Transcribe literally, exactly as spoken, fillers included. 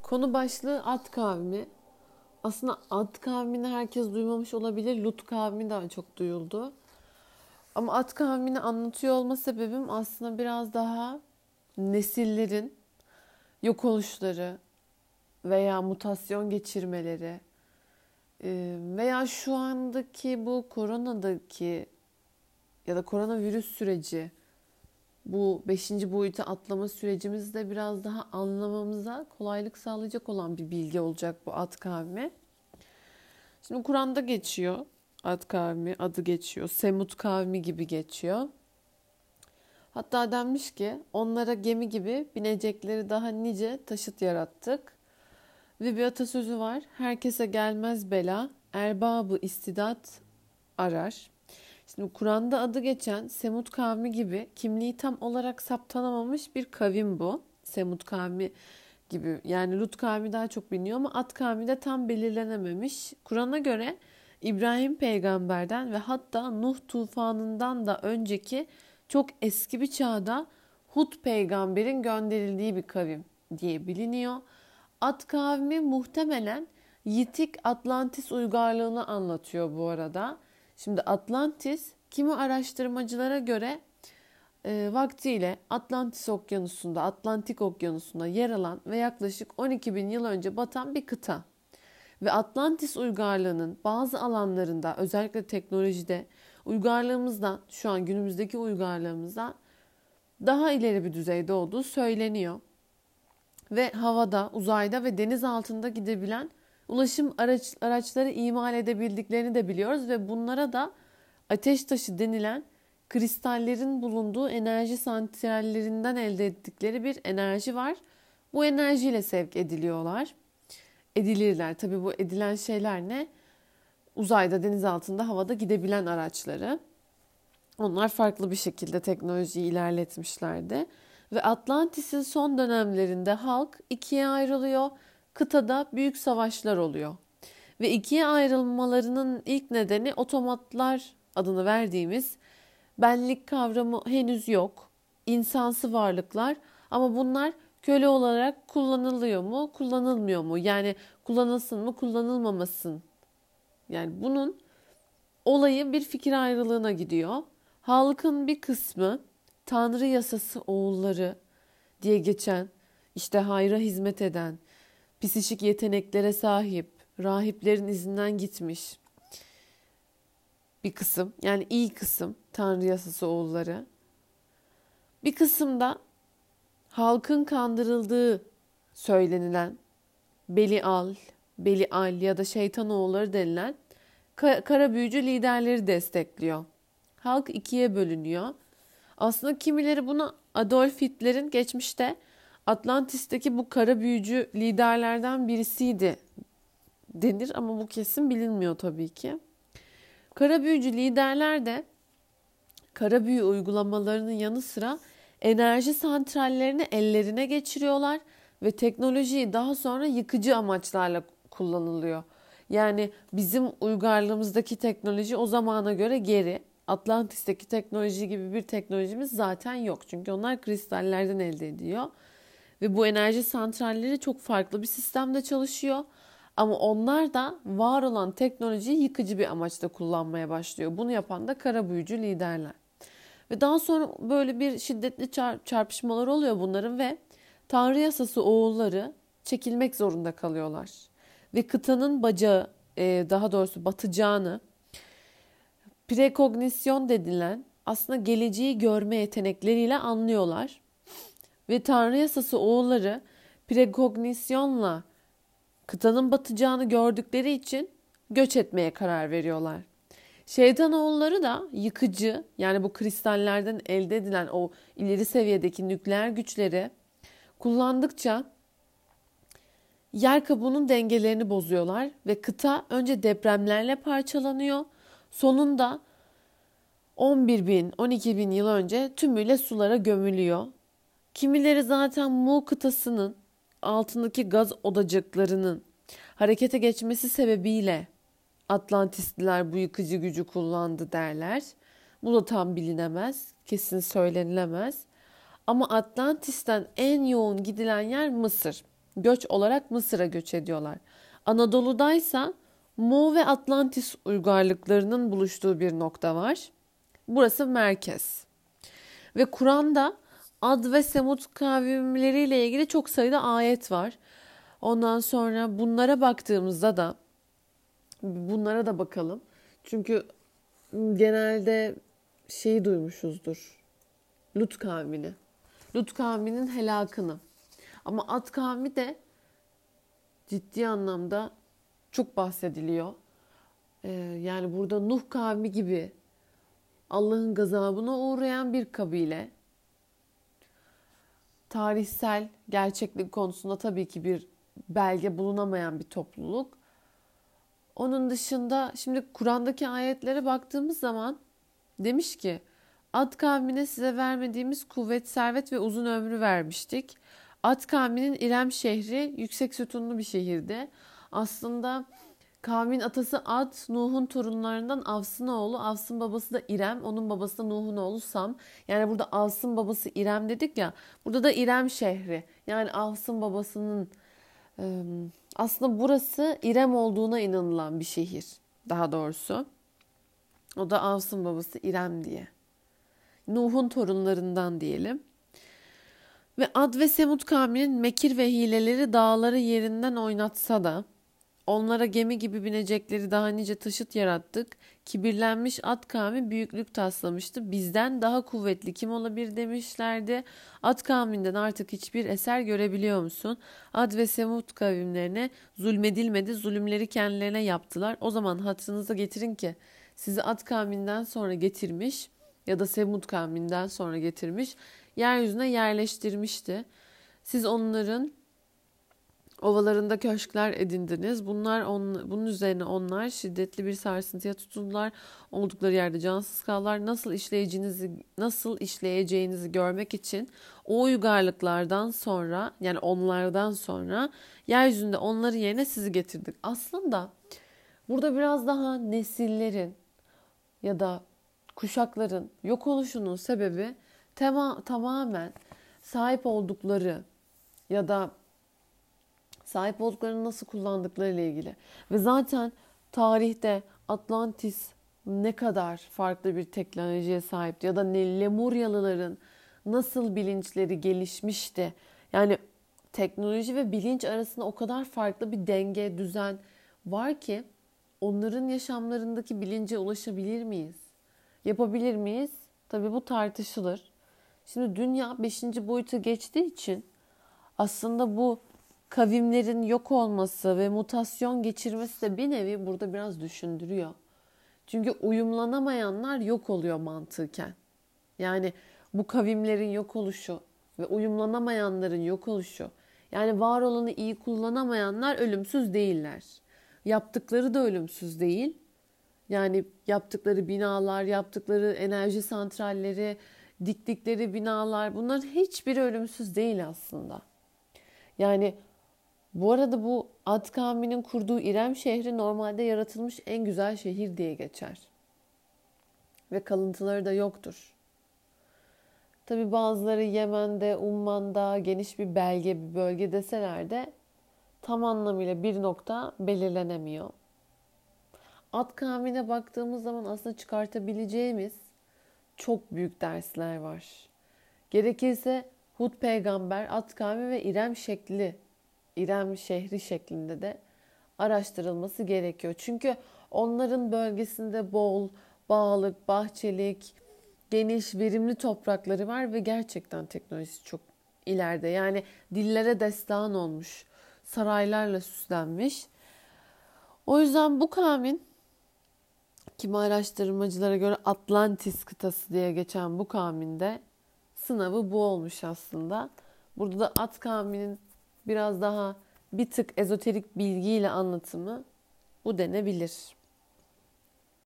Konu başlığı Ad kavmi. Aslında Ad kavmini herkes duymamış olabilir. Lut kavmi daha çok duyuldu. Ama Ad kavmini anlatıyor olma sebebim aslında biraz daha nesillerin yok oluşları veya mutasyon geçirmeleri e, veya şu andaki bu koronadaki ya da koronavirüs süreci, bu beşinci boyuta atlama sürecimizde biraz daha anlamamıza kolaylık sağlayacak olan bir bilgi olacak bu Ad kavmi. Şimdi Kur'an'da geçiyor Ad kavmi, adı geçiyor. Semud kavmi gibi geçiyor. Hatta denmiş ki onlara gemi gibi binecekleri daha nice taşıt yarattık. Ve bir atasözü var. Herkese gelmez bela, erbabı istidat arar. Şimdi Kur'an'da adı geçen Semud kavmi gibi kimliği tam olarak saptanamamış bir kavim bu. Semud kavmi gibi, yani Lut kavmi daha çok biliniyor ama Ad kavmi de tam belirlenememiş. Kur'an'a göre İbrahim peygamberden ve hatta Nuh tufanından da önceki çok eski bir çağda Hud peygamberin gönderildiği bir kavim diye biliniyor. Ad kavmi muhtemelen Yitik Atlantis uygarlığını anlatıyor bu arada. Şimdi Atlantis kimi araştırmacılara göre e, vaktiyle Atlantis Okyanusu'nda, Atlantik Okyanusu'nda yer alan ve yaklaşık on iki bin yıl önce batan bir kıta. Ve Atlantis uygarlığının bazı alanlarında, özellikle teknolojide, uygarlığımızdan, şu an günümüzdeki uygarlığımızdan daha ileri bir düzeyde olduğu söyleniyor. Ve havada, uzayda ve deniz altında gidebilen ulaşım araç, araçları imal edebildiklerini de biliyoruz ve bunlara da ateş taşı denilen kristallerin bulunduğu enerji santrallerinden elde ettikleri bir enerji var. Bu enerjiyle sevk ediliyorlar. Edilirler. Tabii bu edilen şeyler ne? Uzayda, deniz altında, havada gidebilen araçları. Onlar farklı bir şekilde teknolojiyi ilerletmişlerdi. Ve Atlantis'in son dönemlerinde halk ikiye ayrılıyor. Kıtada büyük savaşlar oluyor. Ve ikiye ayrılmalarının ilk nedeni otomatlar adını verdiğimiz benlik kavramı henüz yok. İnsansı varlıklar ama bunlar köle olarak kullanılıyor mu, kullanılmıyor mu? Yani kullanılsın mı, kullanılmamasın. Yani bunun olayı bir fikir ayrılığına gidiyor. Halkın bir kısmı Tanrı yasası oğulları diye geçen, işte hayra hizmet eden, psişik yeteneklere sahip, rahiplerin izinden gitmiş bir kısım, yani iyi kısım Tanrı yasası oğulları. Bir kısım da halkın kandırıldığı söylenilen Belial, Belial ya da şeytan oğulları denilen kara büyücü liderleri destekliyor. Halk ikiye bölünüyor. Aslında kimileri buna Adolf Hitler'in geçmişte Atlantis'teki bu kara büyücü liderlerden birisiydi denir ama bu kesin bilinmiyor tabii ki. Kara büyücü liderler de kara büyü uygulamalarının yanı sıra enerji santrallerini ellerine geçiriyorlar ve teknolojiyi daha sonra yıkıcı amaçlarla kullanılıyor. Yani bizim uygarlığımızdaki teknoloji o zamana göre geri. Atlantis'teki teknoloji gibi bir teknolojimiz zaten yok. Çünkü onlar kristallerden elde ediyor. Ve bu enerji santralleri çok farklı bir sistemde çalışıyor. Ama onlar da var olan teknolojiyi yıkıcı bir amaçla kullanmaya başlıyor. Bunu yapan da kara büyücü liderler. Ve daha sonra böyle bir şiddetli çarpışmalar oluyor bunların ve Tanrı yasası oğulları çekilmek zorunda kalıyorlar. Ve kıtanın bacağı, daha doğrusu batacağını, prekognisyon denilen aslında geleceği görme yetenekleriyle anlıyorlar. Ve Tanrı yasası oğulları prekognisyonla kıtanın batacağını gördükleri için göç etmeye karar veriyorlar. Şeytan oğulları da yıkıcı, yani bu kristallerden elde edilen o ileri seviyedeki nükleer güçleri kullandıkça yer kabuğunun dengelerini bozuyorlar ve kıta önce depremlerle parçalanıyor. Sonunda on bir bin, on iki bin yıl önce tümüyle sulara gömülüyor. Kimileri zaten Mu kıtasının altındaki gaz odacıklarının harekete geçmesi sebebiyle Atlantisliler bu yıkıcı gücü kullandı derler. Bu da tam bilinemez, kesin söylenilemez. Ama Atlantis'ten en yoğun gidilen yer Mısır. göç olarak Mısır'a göç ediyorlar. Anadolu'daysa Mu ve Atlantis uygarlıklarının buluştuğu bir nokta var. Burası merkez. Ve Kur'an'da Ad ve Semud kavimleriyle ilgili çok sayıda ayet var. Ondan sonra bunlara baktığımızda da bunlara da bakalım. Çünkü genelde şeyi duymuşuzdur. Lut kavmini. Lut kavminin helakını. Ama Ad kavmi de ciddi anlamda çok bahsediliyor. Ee, yani burada Nuh kavmi gibi Allah'ın gazabına uğrayan bir kabile. Tarihsel gerçeklik konusunda tabii ki bir belge bulunamayan bir topluluk. Onun dışında şimdi Kur'an'daki ayetlere baktığımız zaman demiş ki Ad kavmine size vermediğimiz kuvvet, servet ve uzun ömrü vermiştik. Ad kavminin İrem şehri yüksek sütunlu bir şehirdi. Aslında kavmin atası Ad, Nuh'un torunlarından Avs'ın oğlu. Avs'ın babası da İrem, onun babası da Nuh'un oğlu Sam. Yani burada Avs'ın babası İrem dedik ya. Burada da İrem şehri. Yani Avs'ın babasının aslında burası İrem olduğuna inanılan bir şehir. Daha doğrusu. O da Avs'ın babası İrem diye. Nuh'un torunlarından diyelim. Ve Ad ve Semud kavminin mekir ve hileleri dağları yerinden oynatsa da onlara gemi gibi binecekleri daha nice taşıt yarattık. Kibirlenmiş Ad kavmi büyüklük taslamıştı. Bizden daha kuvvetli kim olabilir demişlerdi. Ad kavminden artık hiçbir eser görebiliyor musun? Ad ve Semud kavimlerine zulmedilmedi. Zulümleri kendilerine yaptılar. O zaman hatırınıza getirin ki sizi Ad kavminden sonra getirmiş ya da Semud kavminden sonra getirmiş, yeryüzüne yerleştirmişti. Siz onların ovalarında köşkler edindiniz. Bunlar on, bunun üzerine onlar şiddetli bir sarsıntıya tutundular. Oldukları yerde cansız kaldılar. Nasıl işleyeceğinizi nasıl işleyeceğinizi görmek için o uygarlıklardan sonra, yani onlardan sonra yeryüzünde onların yerine sizi getirdik. Aslında burada biraz daha nesillerin ya da kuşakların yok oluşunun sebebi tema, tamamen sahip oldukları ya da sahip olduklarını nasıl kullandıkları ile ilgili. Ve zaten tarihte Atlantis ne kadar farklı bir teknolojiye sahipti ya da Lemuryalıların nasıl bilinçleri gelişmişti. Yani teknoloji ve bilinç arasında o kadar farklı bir denge, düzen var ki onların yaşamlarındaki bilince ulaşabilir miyiz? Yapabilir miyiz? Tabii bu tartışılır. Şimdi dünya beşinci boyuta geçtiği için aslında bu kavimlerin yok olması ve mutasyon geçirmesi de bir nevi burada biraz düşündürüyor. Çünkü uyumlanamayanlar yok oluyor mantıken. Yani bu kavimlerin yok oluşu ve uyumlanamayanların yok oluşu. Yani var olanı iyi kullanamayanlar ölümsüz değiller. Yaptıkları da ölümsüz değil. Yani yaptıkları binalar, yaptıkları enerji santralleri, diktikleri binalar, bunların hiçbiri ölümsüz değil aslında. Yani bu arada bu Ad kavminin kurduğu İrem şehri normalde yaratılmış en güzel şehir diye geçer. Ve kalıntıları da yoktur. Tabi bazıları Yemen'de, Umman'da geniş bir belge, bir bölge deseler de tam anlamıyla bir nokta belirlenemiyor. Ad kavmine baktığımız zaman aslında çıkartabileceğimiz çok büyük dersler var. Gerekirse Hud peygamber, Ad kavmi ve İrem şekli, İrem şehri şeklinde de araştırılması gerekiyor. Çünkü onların bölgesinde bol bağlık, bahçelik, geniş, verimli toprakları var ve gerçekten teknolojisi çok ileride. Yani dillere destan olmuş, saraylarla süslenmiş. O yüzden bu kavmin, kimi araştırmacılara göre Atlantis kıtası diye geçen bu kavminde sınavı bu olmuş aslında. Burada da Ad kavminin biraz daha bir tık ezoterik bilgiyle anlatımı bu denebilir.